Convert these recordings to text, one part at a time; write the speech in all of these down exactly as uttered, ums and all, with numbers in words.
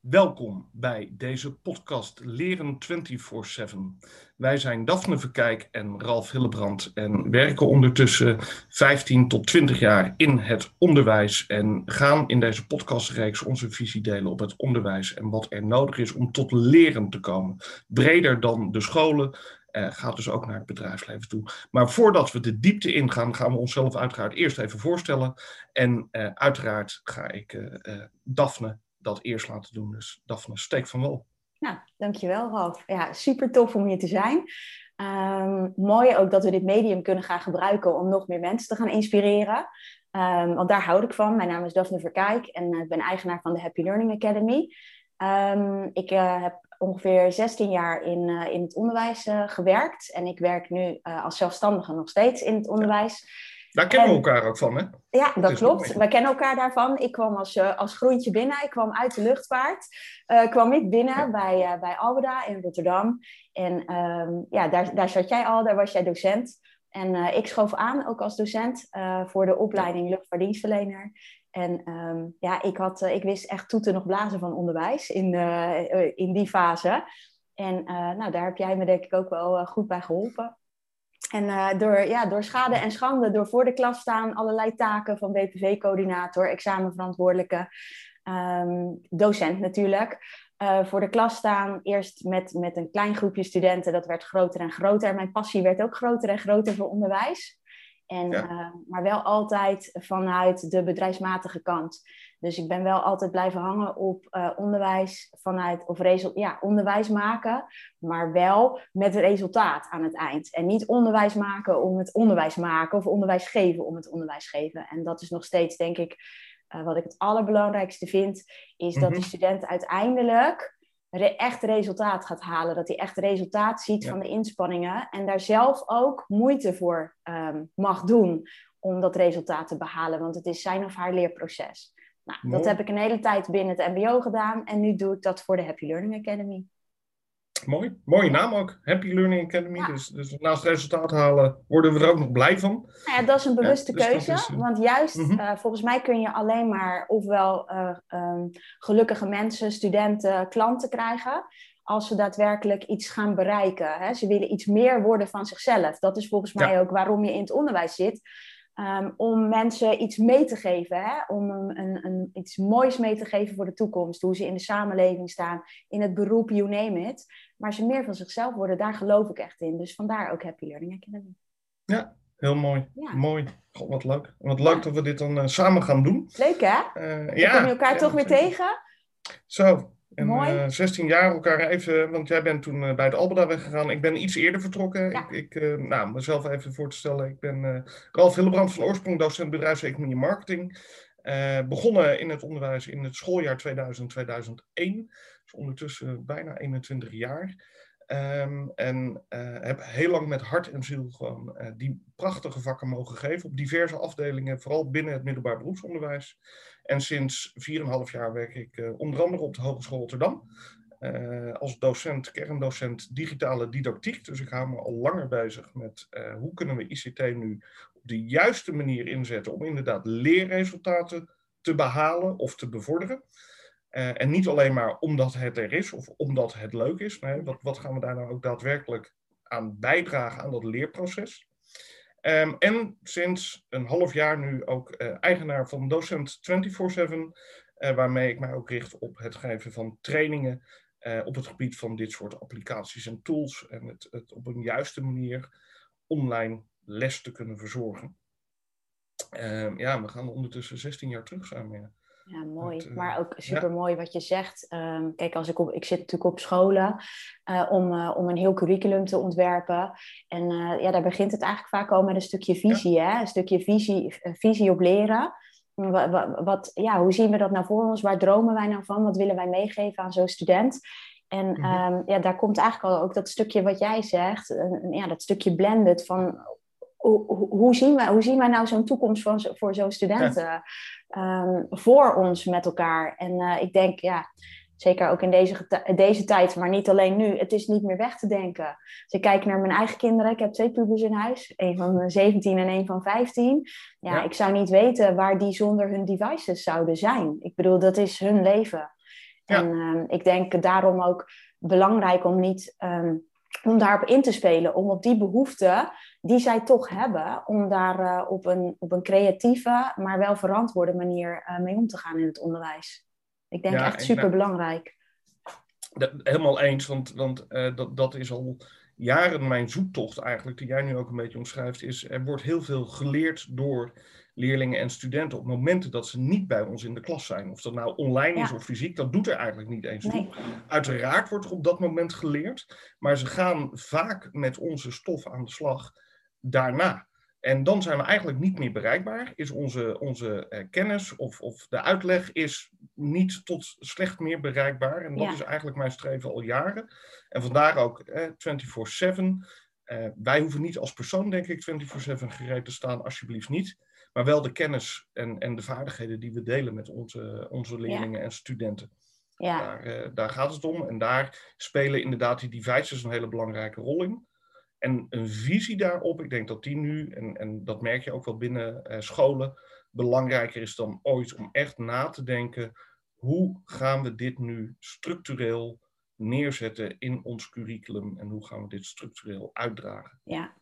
Welkom bij deze podcast Leren vierentwintig zeven. Wij zijn Daphne Verkijk en Ralf Hillebrand en werken ondertussen vijftien tot twintig jaar in het onderwijs en gaan in deze podcastreeks onze visie delen op het onderwijs en wat er nodig is om tot leren te komen. Breder dan de scholen. Uh, gaat dus ook naar het bedrijfsleven toe. Maar voordat we de diepte ingaan, gaan we onszelf uiteraard eerst even voorstellen. En uh, uiteraard ga ik uh, uh, Daphne dat eerst laten doen. Dus Daphne, steek van wal. Nou, dankjewel Ralf. Ja, super tof om hier te zijn. Um, mooi ook dat we dit medium kunnen gaan gebruiken om nog meer mensen te gaan inspireren. Um, want daar houd ik van. Mijn naam is Daphne Verkijk en ik ben eigenaar van de Happy Learning Academy. Um, ik uh, heb ongeveer zestien jaar in, uh, in het onderwijs uh, gewerkt. En ik werk nu uh, als zelfstandige nog steeds in het onderwijs. Daar kennen we elkaar ook van, hè? Ja, dat, dat klopt. Wij kennen elkaar daarvan. Ik kwam als, uh, als groentje binnen. Ik kwam uit de luchtvaart. Uh, kwam ik binnen ja. bij, uh, bij Albeda in Rotterdam. En um, ja, daar, daar zat jij al. Daar was jij docent. En uh, ik schoof aan, ook als docent, uh, voor de opleiding luchtvaartdienstverlener. En um, ja, ik, had, uh, ik wist echt toeten nog blazen van onderwijs in, uh, in die fase. En uh, nou, daar heb jij me denk ik ook wel uh, goed bij geholpen. En uh, door, ja, door schade en schande, door voor de klas staan, allerlei taken van B P V-coördinator, examenverantwoordelijke, um, docent natuurlijk. Uh, voor de klas staan, eerst met, met een klein groepje studenten, dat werd groter en groter. Mijn passie werd ook groter en groter voor onderwijs. En, ja. uh, maar wel altijd vanuit de bedrijfsmatige kant. Dus ik ben wel altijd blijven hangen op uh, onderwijs vanuit, of resul- ja, onderwijs maken, maar wel met resultaat aan het eind. En niet onderwijs maken om het onderwijs maken of onderwijs geven om het onderwijs geven. En dat is nog steeds, denk ik, uh, wat ik het allerbelangrijkste vind, is mm-hmm. dat de student uiteindelijk re- echt resultaat gaat halen. Dat hij echt resultaat ziet ja. van de inspanningen en daar zelf ook moeite voor um, mag doen om dat resultaat te behalen. Want het is zijn of haar leerproces. Nou, dat heb ik een hele tijd binnen het M B O gedaan en nu doe ik dat voor de Happy Learning Academy. Mooi, mooie naam ook, Happy Learning Academy. Ja. Dus, dus naast resultaat halen worden we er ook nog blij van. Nou ja, dat is een bewuste ja, dus keuze, is, uh... want juist mm-hmm. uh, volgens mij kun je alleen maar ofwel uh, um, gelukkige mensen, studenten, klanten krijgen, als ze daadwerkelijk iets gaan bereiken. Hè? Ze willen iets meer worden van zichzelf. Dat is volgens mij ja. ook waarom je in het onderwijs zit. Um, om mensen iets mee te geven, hè? Om een, een, een, iets moois mee te geven voor de toekomst. Hoe ze in de samenleving staan, in het beroep, you name it. Maar ze meer van zichzelf worden, daar geloof ik echt in. Dus vandaar ook Happy Learning Academy. Ja, heel mooi. Ja. Mooi. God, wat leuk. Wat leuk ja. dat we dit dan uh, samen gaan doen. Leuk hè? Uh, dan ja, kom je elkaar ja, toch weer tegen? Zo. En uh, zestien jaar elkaar even, want jij bent toen uh, bij de Albeda weggegaan. Ik ben iets eerder vertrokken. Ja. Ik, ik uh, nou, mezelf even voor te stellen. Ik ben uh, Ralf Hillebrand, van oorsprong docent bedrijfseconomie en marketing. Uh, begonnen in het onderwijs in het schooljaar tweeduizend tweeduizend één. Dus ondertussen bijna eenentwintig jaar. Um, en uh, heb heel lang met hart en ziel gewoon uh, die prachtige vakken mogen geven op diverse afdelingen, vooral binnen het middelbaar beroepsonderwijs. En sinds vier en een half jaar werk ik uh, onder andere op de Hogeschool Rotterdam uh, als docent, kerndocent digitale didactiek. Dus ik hou me al langer bezig met uh, hoe kunnen we I C T nu op de juiste manier inzetten om inderdaad leerresultaten te behalen of te bevorderen. Uh, en niet alleen maar omdat het er is of omdat het leuk is. Nee, wat, wat gaan we daar nou ook daadwerkelijk aan bijdragen aan dat leerproces? Um, en sinds een half jaar nu ook uh, eigenaar van Docent vierentwintig zeven. Uh, waarmee ik mij ook richt op het geven van trainingen uh, op het gebied van dit soort applicaties en tools. En het, het op een juiste manier online les te kunnen verzorgen. Uh, ja, we gaan ondertussen zestien jaar terug samen. Ja, mooi. Het, uh, maar ook super mooi ja. wat je zegt. Um, kijk, als ik, op, ik zit natuurlijk op scholen uh, om, uh, om een heel curriculum te ontwerpen. En uh, ja, daar begint het eigenlijk vaak al met een stukje visie. Ja. Hè? Een stukje visie, visie op leren. Wat, wat, wat, ja, hoe zien we dat nou voor ons? Waar dromen wij nou van? Wat willen wij meegeven aan zo'n student? En mm-hmm. um, ja, daar komt eigenlijk al ook dat stukje wat jij zegt. Uh, ja, dat stukje blended van... Hoe, hoe, zien wij, hoe zien wij nou zo'n toekomst van, voor zo'n studenten ja. um, voor ons met elkaar? En uh, ik denk, ja, zeker ook in deze, deze tijd, maar niet alleen nu, het is niet meer weg te denken. Als ik kijk naar mijn eigen kinderen, ik heb twee pubers in huis, een van zeventien en een van vijftien. Ja, ja, ik zou niet weten waar die zonder hun devices zouden zijn. Ik bedoel, dat is hun leven. Ja. En um, ik denk daarom ook belangrijk om niet um, om daarop in te spelen, om op die behoeften die zij toch hebben, om daar uh, op, een, op een creatieve, maar wel verantwoorde manier uh, mee om te gaan in het onderwijs. Ik denk ja, echt super belangrijk. Helemaal eens, want, want uh, dat, dat is al jaren mijn zoektocht eigenlijk, die jij nu ook een beetje omschrijft, is er wordt heel veel geleerd door leerlingen en studenten op momenten dat ze niet bij ons in de klas zijn. Of dat nou online is ja. of fysiek, dat doet er eigenlijk niet eens toe. Nee. Uiteraard wordt er op dat moment geleerd, maar ze gaan vaak met onze stof aan de slag daarna. En dan zijn we eigenlijk niet meer bereikbaar. Is onze, onze uh, kennis of, of de uitleg is niet tot slecht meer bereikbaar. En dat ja. is eigenlijk mijn streven al jaren. En vandaar ook eh, vierentwintig zeven. Uh, wij hoeven niet als persoon, denk ik, vierentwintig zeven gereed te staan, alsjeblieft niet. Maar wel de kennis en, en de vaardigheden die we delen met onze, onze leerlingen ja. en studenten. Ja. Daar, uh, daar gaat het om. En daar spelen inderdaad die devices een hele belangrijke rol in. En een visie daarop, ik denk dat die nu, en, en dat merk je ook wel binnen uh, scholen, belangrijker is dan ooit om echt na te denken, hoe gaan we dit nu structureel neerzetten in ons curriculum en hoe gaan we dit structureel uitdragen? Ja,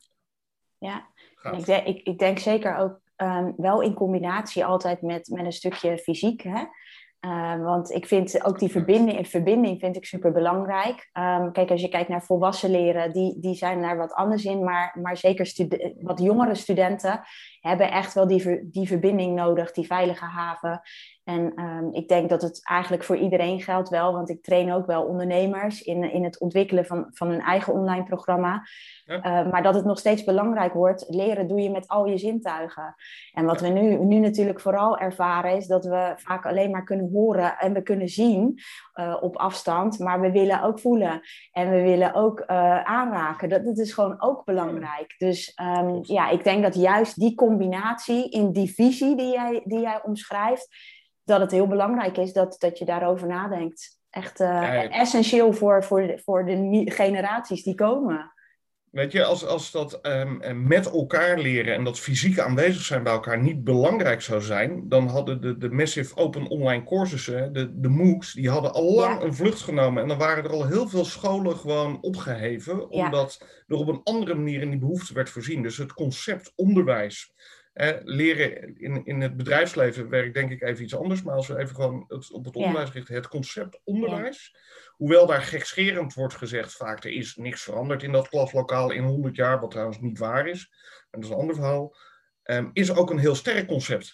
ja. En ik, denk, ik, ik denk zeker ook um, wel in combinatie altijd met, met een stukje fysiek, hè? Uh, want ik vind ook die verbinding, verbinding vind ik super belangrijk. Um, kijk, als je kijkt naar volwassen leren, die, die zijn daar wat anders in. Maar, maar zeker studen- wat jongere studenten hebben echt wel die, ver, die verbinding nodig, die veilige haven. En um, ik denk dat het eigenlijk voor iedereen geldt wel. Want ik train ook wel ondernemers in, in het ontwikkelen van, van een eigen online programma. Ja. Uh, maar dat het nog steeds belangrijk wordt. Leren doe je met al je zintuigen. En wat ja. we nu, nu natuurlijk vooral ervaren is dat we vaak alleen maar kunnen horen en we kunnen zien uh, op afstand. Maar we willen ook voelen. En we willen ook uh, aanraken. Dat, dat is gewoon ook belangrijk. Dus um, ja, ik denk dat juist die combinatie in die visie die jij, die jij omschrijft, dat het heel belangrijk is dat, dat je daarover nadenkt. Echt uh, ja, essentieel voor, voor, de, voor de generaties die komen. Weet je, als, als dat um, met elkaar leren en dat fysiek aanwezig zijn bij elkaar niet belangrijk zou zijn, dan hadden de, de Massive Open Online Courses, de, de MOOCs, die hadden al lang ja. een vlucht genomen. En dan waren er al heel veel scholen gewoon opgeheven, omdat ja. er op een andere manier in die behoefte werd voorzien. Dus het concept onderwijs. Eh, leren in, in het bedrijfsleven werkt denk ik even iets anders, maar als we even gewoon het, op het onderwijs ja. richten, het concept onderwijs, ja. hoewel daar gekscherend wordt gezegd vaak, er is niks veranderd in dat klaslokaal in honderd jaar, wat trouwens niet waar is, en dat is een ander verhaal, um, is ook een heel sterk concept.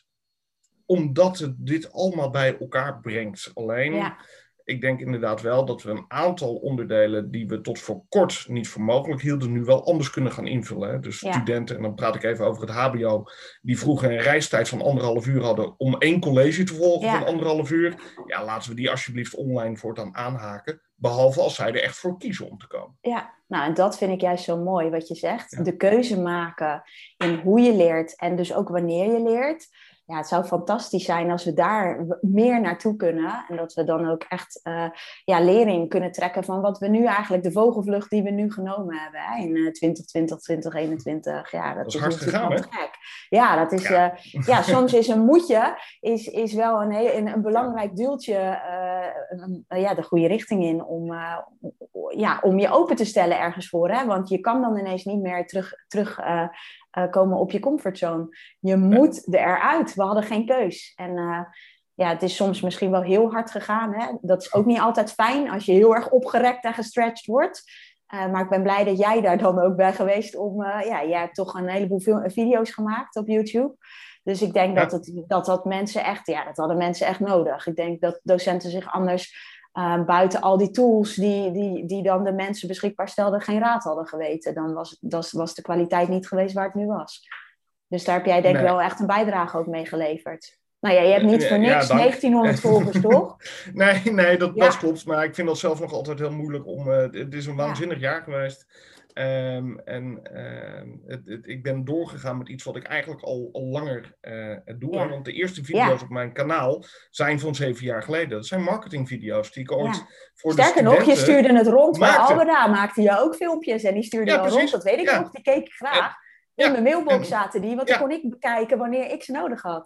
Omdat het dit allemaal bij elkaar brengt. Alleen, ja. ik denk inderdaad wel dat we een aantal onderdelen die we tot voor kort niet voor mogelijk hielden, nu wel anders kunnen gaan invullen. Hè? Dus ja. studenten, en dan praat ik even over het H B O, die vroeger een reistijd van anderhalf uur hadden om één college te volgen ja. van anderhalf uur. Ja, laten we die alsjeblieft online voortaan aanhaken. Behalve als zij er echt voor kiezen om te komen. Ja, nou en dat vind ik juist zo mooi wat je zegt. Ja. De keuze maken in hoe je leert en dus ook wanneer je leert. Ja, het zou fantastisch zijn als we daar meer naartoe kunnen. En dat we dan ook echt uh, ja, lering kunnen trekken van wat we nu eigenlijk, de vogelvlucht die we nu genomen hebben. Hè, in uh, twintig twintig, twintig eenentwintig. Ja, dat, dat is, is hard gegaan, hè? Gek. Ja, dat is, ja. Uh, ja, soms is een moetje is, is wel een, heel, een, een belangrijk duwtje uh, een, uh, ja, de goede richting in om, uh, ja, om je open te stellen ergens voor. Hè? Want je kan dan ineens niet meer terug, terug uh, uh, komen op je comfortzone. Je moet ja. eruit. We hadden geen keus. En uh, ja, het is soms misschien wel heel hard gegaan. Hè? Dat is ook niet altijd fijn als je heel erg opgerekt en gestretched wordt. Uh, maar ik ben blij dat jij daar dan ook bent geweest om... Uh, ja, jij hebt toch een heleboel video's gemaakt op YouTube. Dus ik denk ja. dat, het, dat dat mensen echt... Ja, dat hadden mensen echt nodig. Ik denk dat docenten zich anders... Uh, buiten al die tools die, die, die dan de mensen beschikbaar stelden... geen raad hadden geweten. Dan was, was, was de kwaliteit niet geweest waar het nu was. Dus daar heb jij denk ik nee. wel echt een bijdrage ook mee geleverd. Nou ja, je hebt niet voor niks ja, negentienhonderd volgers, toch? Nee, nee dat, ja. dat klopt. Maar ik vind dat zelf nog altijd heel moeilijk om... Uh, het is een waanzinnig ja. jaar geweest. Um, en uh, het, het, ik ben doorgegaan met iets wat ik eigenlijk al, al langer uh, doe. Ja. Want de eerste video's ja. op mijn kanaal zijn van zeven jaar geleden. Dat zijn marketingvideo's die ik ooit ja. voor Sterker de studenten... nog, je stuurde het rond. Bij Albeda maakte je ook filmpjes en die stuurde je ja, al rond. Dat weet ik ja. nog, die keek ik graag. En, in ja. mijn mailbox en, zaten die, want ja. dan kon ik bekijken wanneer ik ze nodig had.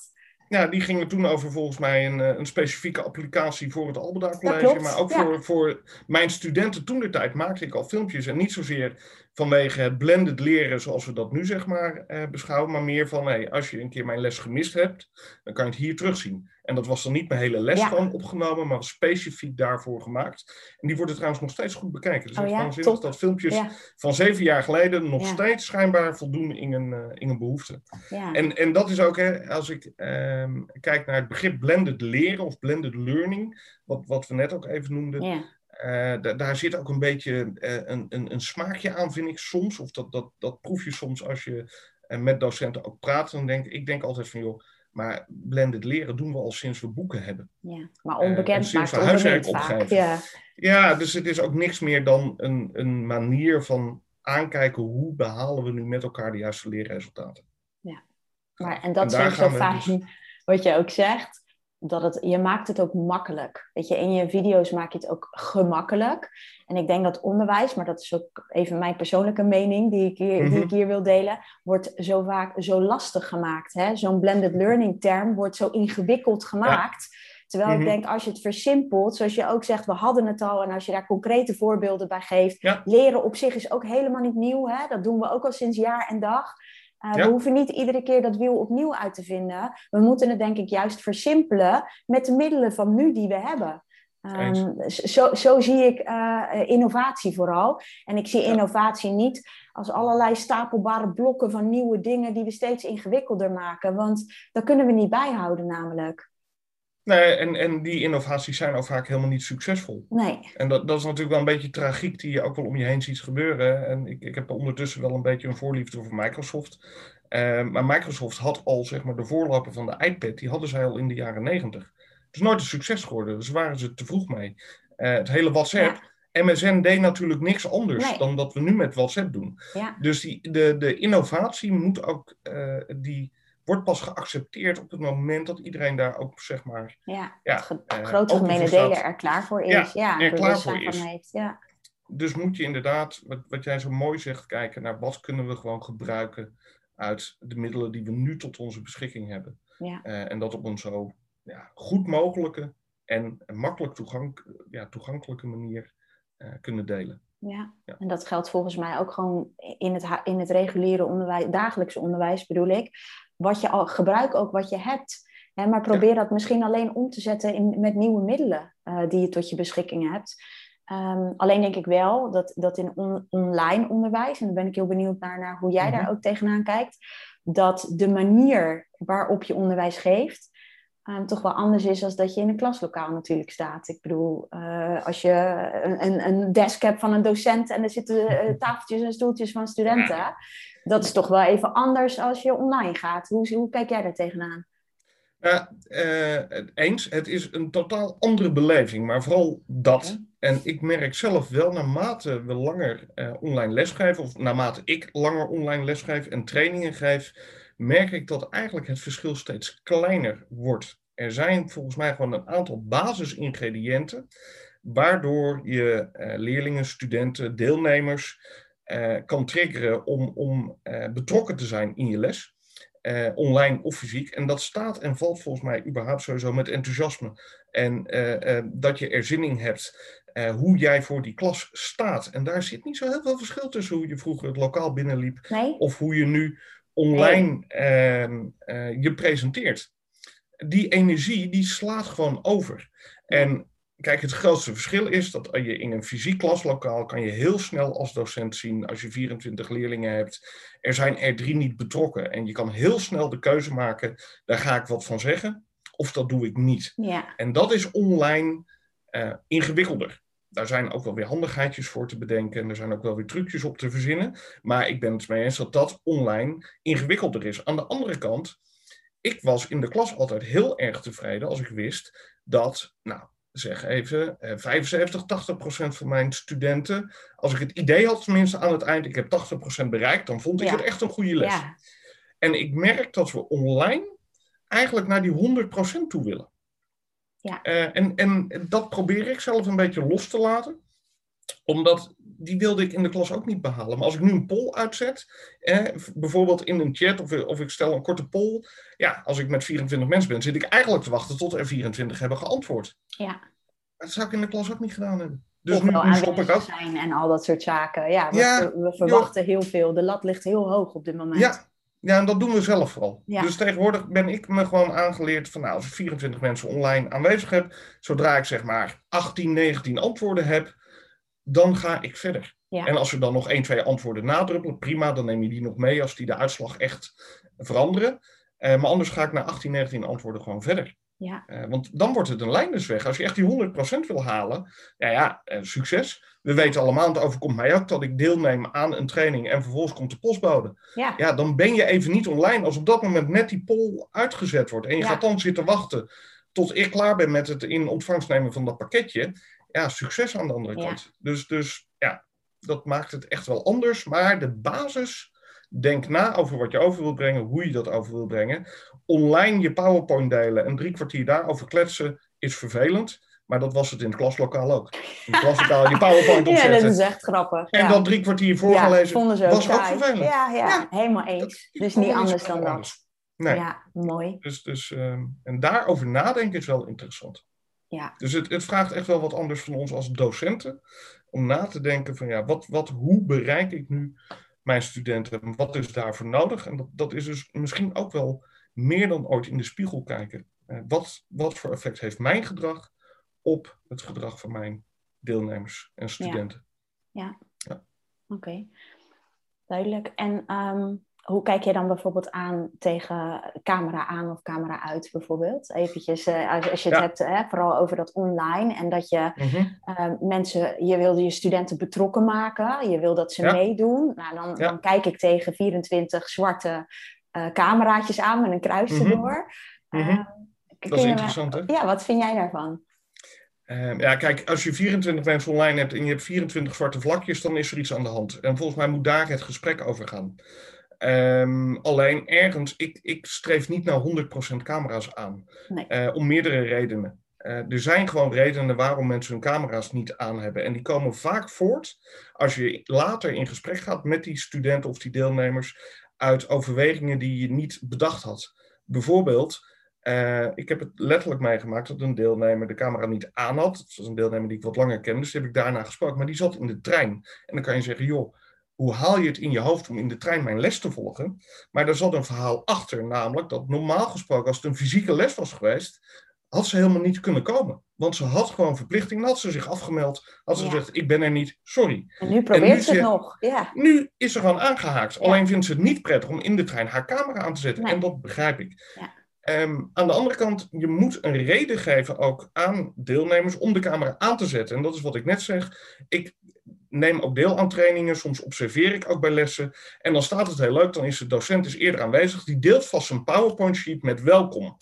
Ja, die gingen toen over volgens mij een, een specifieke applicatie voor het Albeda College. Maar ook voor, ja. voor mijn studenten toentertijd maakte ik al filmpjes. En niet zozeer vanwege het blended leren zoals we dat nu zeg maar eh, beschouwen. Maar meer van, hey, als je een keer mijn les gemist hebt, dan kan je het hier terugzien. En dat was dan niet mijn hele les ja. gewoon opgenomen, maar was specifiek daarvoor gemaakt. En die worden trouwens nog steeds goed bekeken. Dus oh, het is ja? waanzinnig dat filmpjes ja. van zeven jaar geleden nog ja. steeds schijnbaar voldoen in een, uh, in een behoefte. Ja. En, en dat is ook, hè, als ik um, kijk naar het begrip blended leren of blended learning, wat, wat we net ook even noemden. Ja. Uh, d- daar zit ook een beetje uh, een, een, een smaakje aan, vind ik soms. Of dat, dat, dat proef je soms als je uh, met docenten ook praat. Dan denk ik denk altijd van, joh, maar blended leren doen we al sinds we boeken hebben. Ja, maar onbekend uh, maakt onbekend vaak. Ja. ja, dus het is ook niks meer dan een, een manier van aankijken hoe behalen we nu met elkaar de juiste leerresultaten. Ja, maar, en dat en is ook zo fijn, dus... wat je ook zegt. Dat het, je maakt het ook makkelijk. Weet je, in je video's maak je het ook gemakkelijk. En ik denk dat onderwijs, maar dat is ook even mijn persoonlijke mening die ik hier, mm-hmm. die ik hier wil delen, wordt zo vaak zo lastig gemaakt. Hè? Zo'n blended learning term wordt zo ingewikkeld gemaakt. Ja. Terwijl mm-hmm. ik denk, als je het versimpelt, zoals je ook zegt, we hadden het al, en als je daar concrete voorbeelden bij geeft, ja. leren op zich is ook helemaal niet nieuw. Hè? Dat doen we ook al sinds jaar en dag. Uh, ja. We hoeven niet iedere keer dat wiel opnieuw uit te vinden. We moeten het denk ik juist versimpelen met de middelen van nu die we hebben. Um, zo, zo zie ik uh, innovatie vooral. En ik zie ja. innovatie niet als allerlei stapelbare blokken van nieuwe dingen die we steeds ingewikkelder maken. Want dat kunnen we niet bijhouden namelijk. Nee, en, en die innovaties zijn ook vaak helemaal niet succesvol. Nee. En dat, dat is natuurlijk wel een beetje tragiek die je ook wel om je heen ziet gebeuren. En ik, ik heb ondertussen wel een beetje een voorliefde voor Microsoft. Uh, maar Microsoft had al, zeg maar, de voorloper van de iPad, die hadden zij al in de jaren negentig. Het is nooit een succes geworden, dus waren ze te vroeg mee. Uh, het hele WhatsApp, ja. M S N deed natuurlijk niks anders nee. dan dat we nu met WhatsApp doen. Ja. Dus die, de, de innovatie moet ook, uh, die... wordt pas geaccepteerd op het moment dat iedereen daar ook, zeg maar... Ja, ja ge- uh, grote gemene delen er klaar voor is. Ja, ja er klaar voor is. Heeft, ja. Dus moet je inderdaad, wat, wat jij zo mooi zegt, kijken naar wat kunnen we gewoon gebruiken uit de middelen die we nu tot onze beschikking hebben. Ja. Uh, en dat op een zo ja, goed mogelijke en makkelijk toegank, ja, toegankelijke manier uh, kunnen delen. Ja. ja, en dat geldt volgens mij ook gewoon in het, in het reguliere onderwijs, dagelijkse onderwijs bedoel ik. Wat je al, gebruik ook wat je hebt. Hè, maar probeer ja. dat misschien alleen om te zetten in, met nieuwe middelen uh, die je tot je beschikking hebt. Um, alleen denk ik wel dat, dat in on, online onderwijs, en daar ben ik heel benieuwd naar, naar hoe jij mm-hmm. daar ook tegenaan kijkt, dat de manier waarop je onderwijs geeft, Um, toch wel anders is dan dat je in een klaslokaal natuurlijk staat. Ik bedoel, uh, als je een, een desk hebt van een docent en er zitten uh, tafeltjes en stoeltjes van studenten, ja. dat is toch wel even anders als je online gaat. Hoe, hoe kijk jij daar tegenaan? Ja, uh, eens. Het is een totaal andere beleving, maar vooral dat. Okay. En ik merk zelf wel, naarmate we langer uh, online lesgeven, of naarmate ik langer online lesgeef en trainingen geef, merk ik dat eigenlijk het verschil steeds kleiner wordt. Er zijn volgens mij gewoon een aantal basisingrediënten, waardoor je uh, leerlingen, studenten, deelnemers uh, kan triggeren om, om uh, betrokken te zijn in je les. Uh, online of fysiek. En dat staat en valt volgens mij überhaupt sowieso met enthousiasme. En uh, uh, dat je er zin in hebt uh, hoe jij voor die klas staat. En daar zit niet zo heel veel verschil tussen hoe je vroeger het lokaal binnenliep. Nee. Of hoe je nu online nee. uh, uh, je presenteert. Die energie die slaat gewoon over. En kijk, het grootste verschil is dat je in een fysiek klaslokaal kan je heel snel als docent zien, als je vierentwintig leerlingen hebt, er zijn er drie niet betrokken. En je kan heel snel de keuze maken, daar ga ik wat van zeggen, of dat doe ik niet. Ja. En dat is online uh, ingewikkelder. Daar zijn ook wel weer handigheidjes voor te bedenken en er zijn ook wel weer trucjes op te verzinnen. Maar ik ben het mee eens dat dat online ingewikkelder is. Aan de andere kant, ik was in de klas altijd heel erg tevreden als ik wist dat, nou, zeg even, vijfenzeventig, tachtig procent van mijn studenten, als ik het idee had tenminste aan het eind, ik heb tachtig procent bereikt, dan vond ik ja. het echt een goede les. Ja. En ik merk dat we online eigenlijk naar die honderd procent toe willen. Ja. Uh, en, en dat probeer ik zelf een beetje los te laten. Omdat die wilde ik in de klas ook niet behalen. Maar als ik nu een poll uitzet, eh, bijvoorbeeld in een chat of, of ik stel een korte poll. Ja, als ik met vierentwintig mensen ben, zit ik eigenlijk te wachten tot er vierentwintig hebben geantwoord. Ja. Dat zou ik in de klas ook niet gedaan hebben. Dus of nu, wel nu stop ik ook. zijn en al dat soort zaken. Ja, we, Ja, we verwachten joh. heel veel. De lat ligt heel hoog op dit moment. Ja, ja en dat doen we zelf vooral. Ja. Dus tegenwoordig ben ik me gewoon aangeleerd van nou, als ik vierentwintig mensen online aanwezig heb, zodra ik zeg maar achttien, negentien antwoorden heb, dan ga ik verder. Ja. En als er dan nog één, twee antwoorden nadruppelen, prima, dan neem je die nog mee als die de uitslag echt veranderen. Uh, maar anders ga ik na achttien, negentien antwoorden gewoon verder. Ja. Uh, want dan wordt het een lijnlesweg. Als je echt die honderd procent wil halen, ja, ja uh, succes. We weten allemaal, het overkomt mij ook, dat ik deelneem aan een training en vervolgens komt de postbode. Ja. Ja, dan ben je even niet online als op dat moment net die poll uitgezet wordt. En je ja. gaat dan zitten wachten tot ik klaar ben met het in ontvangst nemen van dat pakketje. Ja, succes aan de andere ja. kant. Dus, dus ja, dat maakt het echt wel anders. Maar de basis, denk na over wat je over wilt brengen, hoe je dat over wilt brengen. Online je PowerPoint delen en drie kwartier daarover kletsen is vervelend. Maar dat was het in het klaslokaal ook. In het klaslokaal je PowerPoint opzetten. Ja, dat is echt grappig. En ja. dan drie kwartier voorgelezen, ja, was ook ook vervelend. Ja, ja, ja. helemaal eens. Dus niet anders dan anders. dat. Nee. Ja, mooi. Dus, dus, um, en daarover nadenken is wel interessant. Ja. Dus het, het vraagt echt wel wat anders van ons als docenten. Om na te denken van ja, wat, wat, hoe bereik ik nu mijn studenten? Wat is daarvoor nodig? En dat, dat is dus misschien ook wel meer dan ooit in de spiegel kijken. Uh, wat, wat voor effect heeft mijn gedrag op het gedrag van mijn deelnemers en studenten? Ja, ja. ja. Oké. Okay. Duidelijk. En um, hoe kijk je dan bijvoorbeeld aan tegen camera aan of camera uit bijvoorbeeld? Eventjes, uh, als, als je het ja. hebt hè, vooral over dat online en dat je mm-hmm. uh, mensen, je wil je studenten betrokken maken, je wil dat ze ja. meedoen. Nou, dan, ja. dan kijk ik tegen vierentwintig zwarte uh, cameraatjes aan met een kruis mm-hmm. erdoor. Uh, mm-hmm. Dat is interessant, me, hè? Ja, wat vind jij daarvan? Uh, ja, kijk, als je vierentwintig mensen online hebt en je hebt vierentwintig zwarte vlakjes, dan is er iets aan de hand. En volgens mij moet daar het gesprek over gaan. Um, alleen ergens, ik, ik streef niet naar honderd procent camera's aan. Nee. Uh, om meerdere redenen. Uh, er zijn gewoon redenen waarom mensen hun camera's niet aan hebben. En die komen vaak voort als je later in gesprek gaat met die studenten of die deelnemers uit overwegingen die je niet bedacht had. Bijvoorbeeld, uh, ik heb het letterlijk meegemaakt dat een deelnemer de camera niet aan had. Dat was een deelnemer die ik wat langer kende, dus die heb ik daarna gesproken. Maar die zat in de trein. En dan kan je zeggen, joh, hoe haal je het in je hoofd om in de trein mijn les te volgen? Maar er zat een verhaal achter, namelijk dat normaal gesproken als het een fysieke les was geweest, had ze helemaal niet kunnen komen. Want ze had gewoon verplichting, had ze zich afgemeld, had ze ja. gezegd, ik ben er niet, sorry. En nu probeert en nu ze het nog. Ja. Nu is ze gewoon aangehaakt. Ja. Alleen vindt ze het niet prettig om in de trein haar camera aan te zetten. Nee. En dat begrijp ik. Ja. Um, aan de andere kant, je moet een reden geven ook aan deelnemers om de camera aan te zetten. En dat is wat ik net zeg. Ik neem ook deel aan trainingen, soms observeer ik ook bij lessen. En dan staat het heel leuk, dan is de docent is eerder aanwezig. Die deelt vast zijn PowerPoint sheet met welkom.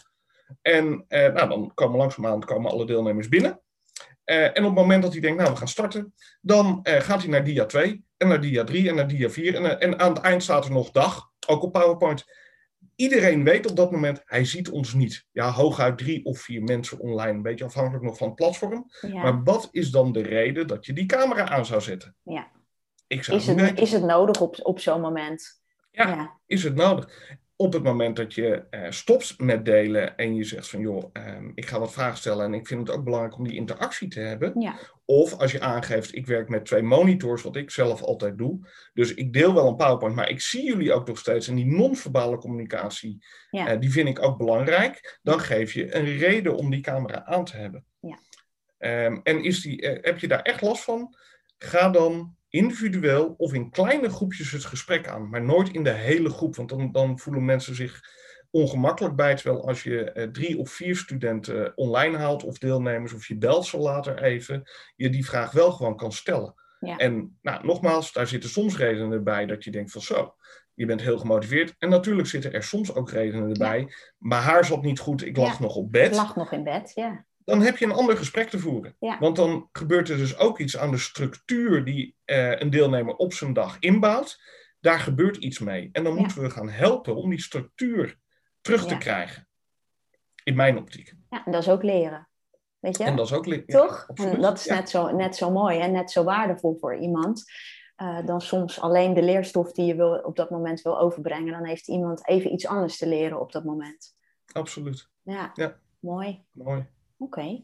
En eh, nou, dan komen langzaamaan komen alle deelnemers binnen. Uh, en op het moment dat hij denkt, nou we gaan starten, dan uh, gaat hij naar dia twee en naar dia drie en naar dia vier. En, uh, en aan het eind staat er nog dag, ook op PowerPoint. Iedereen weet op dat moment, hij ziet ons niet. Ja, hooguit drie of vier mensen online, een beetje afhankelijk nog van het platform. Ja. Maar wat is dan de reden dat je die camera aan zou zetten? Ja. Ik zou is, het, is het nodig op, op zo'n moment? Ja, ja, is het nodig? Op het moment dat je uh, stopt met delen en je zegt van joh, um, ik ga wat vragen stellen en ik vind het ook belangrijk om die interactie te hebben. Ja. Of als je aangeeft, ik werk met twee monitors, wat ik zelf altijd doe. Dus ik deel wel een PowerPoint, maar ik zie jullie ook nog steeds. En die non-verbale communicatie, ja. uh, die vind ik ook belangrijk. Dan geef je een reden om die camera aan te hebben. Ja. Um, en is die, uh, heb je daar echt last van? Ga dan individueel of in kleine groepjes het gesprek aan, maar nooit in de hele groep, want dan, dan voelen mensen zich ongemakkelijk bij, terwijl als je uh, drie of vier studenten online haalt of deelnemers, of je belt ze later even, je die vraag wel gewoon kan stellen. Ja. En nou, nogmaals, daar zitten soms redenen bij dat je denkt van zo, je bent heel gemotiveerd. En natuurlijk zitten er soms ook redenen bij, ja. maar haar zat niet goed, ik lag ja. nog op bed. Ik lag nog in bed, ja. Dan heb je een ander gesprek te voeren. Ja. Want dan gebeurt er dus ook iets aan de structuur die uh, een deelnemer op zijn dag inbouwt. Daar gebeurt iets mee. En dan ja. moeten we gaan helpen om die structuur terug ja. te krijgen. In mijn optiek. Ja, en dat is ook leren. Weet je? En dat is ook... Ja, toch? absoluut. En dat is ja. net, zo, net zo mooi en net zo waardevol voor iemand. Uh, dan soms alleen de leerstof die je wil, op dat moment wil overbrengen. Dan heeft iemand even iets anders te leren op dat moment. Absoluut. Ja, ja. mooi. Mooi. Oké. Okay.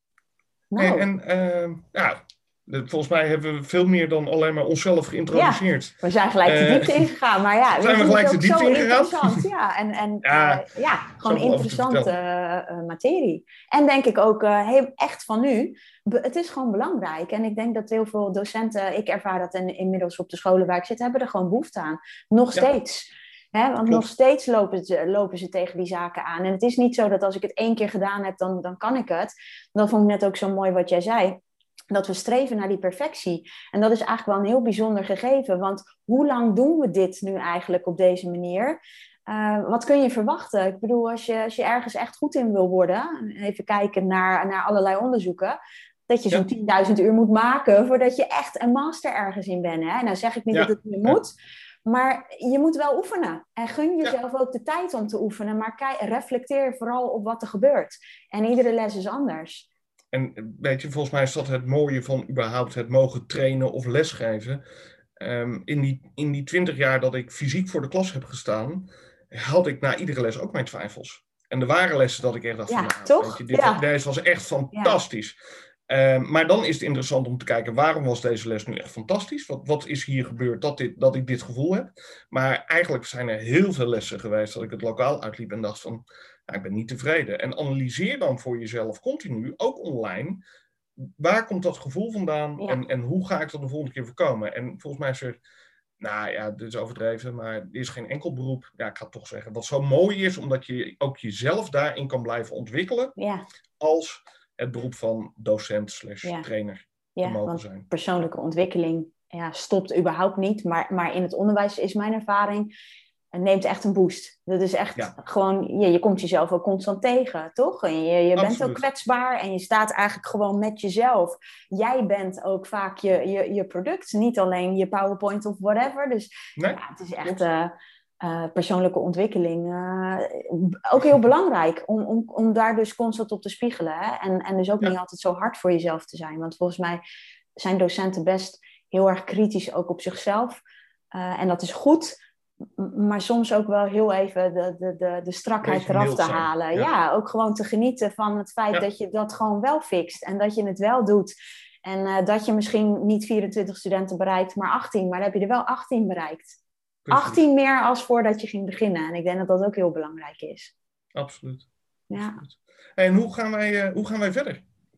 Nou. Hey, en uh, ja, volgens mij hebben we veel meer dan alleen maar onszelf geïntroduceerd. Ja, we zijn gelijk de diepte uh, ingegaan. Maar ja, zijn we gelijk de diepte ingegaan? Interessant. Ja, en, en ja, uh, ja gewoon interessante uh, materie. En denk ik ook uh, heel, echt van nu. Het is gewoon belangrijk. En ik denk dat heel veel docenten, ik ervaar dat in, inmiddels op de scholen waar ik zit, hebben er gewoon behoefte aan. Nog ja. steeds. Hè, want Klopt. nog steeds lopen ze, lopen ze tegen die zaken aan. En het is niet zo dat als ik het één keer gedaan heb, dan, dan kan ik het. Dat vond ik net ook zo mooi wat jij zei. Dat we streven naar die perfectie. En dat is eigenlijk wel een heel bijzonder gegeven. Want hoe lang doen we dit nu eigenlijk op deze manier? Uh, wat kun je verwachten? Ik bedoel, als je, als je ergens echt goed in wil worden... even kijken naar, naar allerlei onderzoeken... dat je zo'n ja. tienduizend uur moet maken... voordat je echt een master ergens in bent. Hè? Nou zeg ik niet ja. dat het niet moet... Maar je moet wel oefenen. En gun jezelf ja. ook de tijd om te oefenen. Maar kijk, reflecteer vooral op wat er gebeurt. En iedere les is anders. En weet je, volgens mij is dat het mooie van überhaupt het mogen trainen of lesgeven. Um, in die, in die twintig jaar dat ik fysiek voor de klas heb gestaan, had ik na iedere les ook mijn twijfels. En er waren lessen dat ik echt dacht ja, van, nou, toch? weet je, dit, ja. deze was echt fantastisch. Ja. Um, maar dan is het interessant om te kijken, waarom was deze les nu echt fantastisch? Wat, wat is hier gebeurd dat, dit, dat ik dit gevoel heb? Maar eigenlijk zijn er heel veel lessen geweest dat ik het lokaal uitliep en dacht van, nou, ik ben niet tevreden. En analyseer dan voor jezelf continu, ook online, waar komt dat gevoel vandaan ja. en, en hoe ga ik dat de volgende keer voorkomen? En volgens mij is er, nou ja, dit is overdreven, maar er is geen enkel beroep, ja, ik ga het toch zeggen, wat zo mooi is, omdat je ook jezelf daarin kan blijven ontwikkelen, ja. als het beroep van docent slash ja. trainer ja, te mogen want zijn. Persoonlijke ontwikkeling ja, stopt überhaupt niet, maar, maar in het onderwijs is mijn ervaring, het neemt echt een boost. Dat is echt ja. gewoon, je, je komt jezelf ook constant tegen, toch? En je, je bent ook kwetsbaar en je staat eigenlijk gewoon met jezelf. Jij bent ook vaak je, je, je product, niet alleen je PowerPoint of whatever. Dus nee. ja, het is echt uh, uh, persoonlijke ontwikkeling. Uh, ook heel belangrijk om, om, om daar dus constant op te spiegelen. Hè? En, en dus ook ja. niet altijd zo hard voor jezelf te zijn. Want volgens mij zijn docenten best heel erg kritisch ook op zichzelf. Uh, en dat is goed. Maar soms ook wel heel even de, de, de, de strakheid eraf te halen. Ja. ja, ook gewoon te genieten van het feit ja. dat je dat gewoon wel fixt. En dat je het wel doet. En uh, dat je misschien niet vierentwintig studenten bereikt, maar achttien. Maar dan heb je er wel achttien bereikt. Precies. achttien meer als voordat je ging beginnen. En ik denk dat dat ook heel belangrijk is. Absoluut. Ja. Absoluut. En hoe gaan wij, uh, hoe gaan wij verder?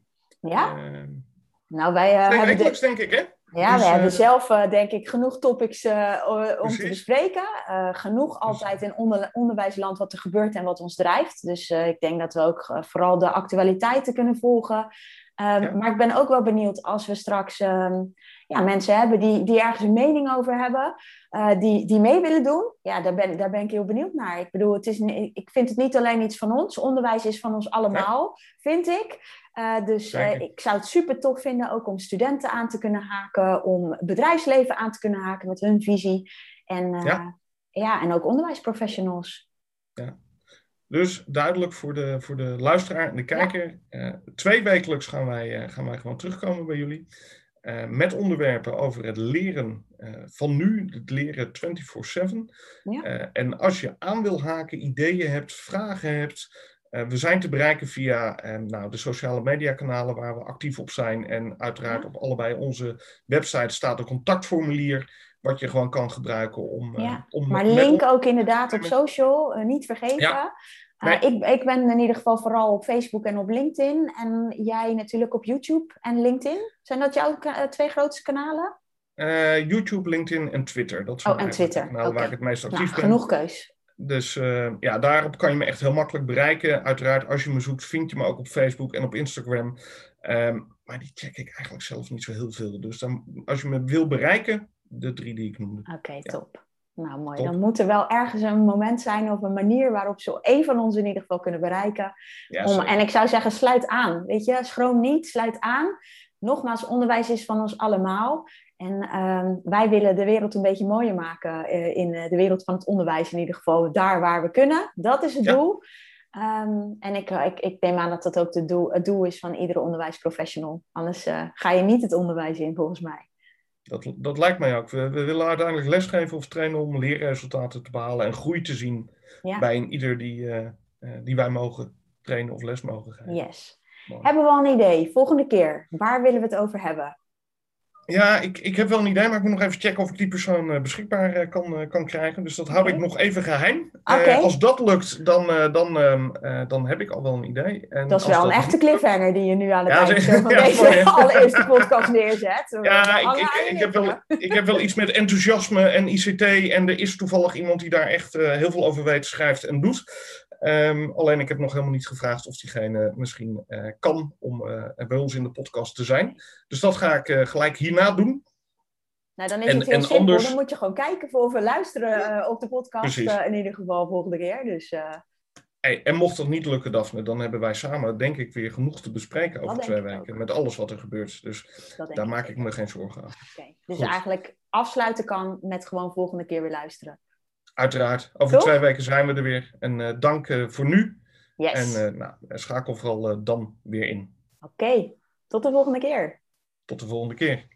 Ja. Uh, nou, wij uh, twee hebben... wekelijks, de... denk ik, hè? Ja, dus, we uh, hebben uh, zelf uh, denk ik genoeg topics uh, om precies. te bespreken. Uh, genoeg altijd in onder, onderwijsland wat er gebeurt en wat ons drijft. Dus uh, ik denk dat we ook uh, vooral de actualiteiten kunnen volgen. Um, ja. Maar ik ben ook wel benieuwd als we straks um, ja, mensen hebben die, die ergens een mening over hebben. Uh, die, die mee willen doen. Ja, daar ben, daar ben ik heel benieuwd naar. Ik bedoel, het is, ik vind het niet alleen iets van ons. Onderwijs is van ons allemaal, ja. vind ik. Uh, dus uh, ik zou het super tof vinden ook om studenten aan te kunnen haken, om bedrijfsleven aan te kunnen haken met hun visie en, uh, ja. Ja, en ook onderwijsprofessionals. Ja. Dus duidelijk voor de, voor de luisteraar en de kijker. Ja. Uh, twee wekelijks gaan wij, uh, gaan wij gewoon terugkomen bij jullie. Uh, met onderwerpen over het leren uh, van nu, het leren vierentwintig zeven. Ja. Uh, en als je aan wil haken, ideeën hebt, vragen hebt... Uh, we zijn te bereiken via uh, nou, de sociale media kanalen waar we actief op zijn. En uiteraard ja. op allebei onze websites staat een contactformulier wat je gewoon kan gebruiken om... Uh, ja. om maar link ook inderdaad op social, uh, niet vergeten. Ja. Nee. Uh, ik, ik ben in ieder geval vooral op Facebook en op LinkedIn. En jij natuurlijk op YouTube en LinkedIn. Zijn dat jouw uh, twee grootste kanalen? Uh, YouTube, LinkedIn en Twitter. Dat zijn oh, en Twitter. de kanalen okay. waar ik het meest actief nou, ben. Genoeg keus. Dus uh, ja, daarop kan je me echt heel makkelijk bereiken. Uiteraard, als je me zoekt, vind je me ook op Facebook en op Instagram. Um, maar die check ik eigenlijk zelf niet zo heel veel. Dus dan, als je me wil bereiken, de drie die ik noemde. Oké, okay, ja. top. Nou, mooi. Top. Dan moet er wel ergens een moment zijn of een manier waarop ze één van ons in ieder geval kunnen bereiken. Ja, Om, en ik zou zeggen, sluit aan. Weet je, schroom niet, sluit aan. Nogmaals, onderwijs is van ons allemaal. En um, wij willen de wereld een beetje mooier maken uh, in uh, de wereld van het onderwijs in ieder geval. Daar waar we kunnen. Dat is het ja. doel. Um, en ik, ik, ik neem aan dat dat ook de doel, het doel is van iedere onderwijsprofessional. Anders uh, ga je niet het onderwijs in, volgens mij. Dat, dat lijkt mij ook. We, we willen uiteindelijk lesgeven of trainen om leerresultaten te behalen en groei te zien ja. bij een ieder die, uh, uh, die wij mogen trainen of les mogen geven. Yes. Mooi. Hebben we al een idee? Volgende keer, waar willen we het over hebben? Ja, ik, ik heb wel een idee, maar ik moet nog even checken of ik die persoon uh, beschikbaar uh, kan, uh, kan krijgen. Dus dat hou okay. ik nog even geheim. Okay. Uh, als dat lukt, dan, uh, dan, uh, uh, dan heb ik al wel een idee. En dat is wel een dat... echte cliffhanger die je nu aan het ja, eind van ja, deze mooi, allereerste podcast neerzet. Ja, ik, ik, ik, heb wel, ik heb wel iets met enthousiasme en I C T. En er is toevallig iemand die daar echt uh, heel veel over weet, schrijft en doet. Um, alleen ik heb nog helemaal niet gevraagd of diegene misschien uh, kan om uh, bij ons in de podcast te zijn. Dus dat ga ik uh, gelijk hierna doen. Nou, dan is en, het heel simpel. Anders... Dan moet je gewoon kijken of we luisteren uh, op de podcast uh, in ieder geval volgende keer. Dus, uh... hey, en mocht dat niet lukken, Daphne, dan hebben wij samen denk ik weer genoeg te bespreken over twee weken. Ook. Met alles wat er gebeurt. Dus daar maak ik me geen zorgen aan. Okay. Dus Goed. Eigenlijk afsluiten kan met gewoon volgende keer weer luisteren. Uiteraard. Over Toch? twee weken zijn we er weer. En uh, dank uh, voor nu. Yes. En uh, nou, schakel vooral uh, dan weer in. Oké. Okay. Tot de volgende keer. Tot de volgende keer.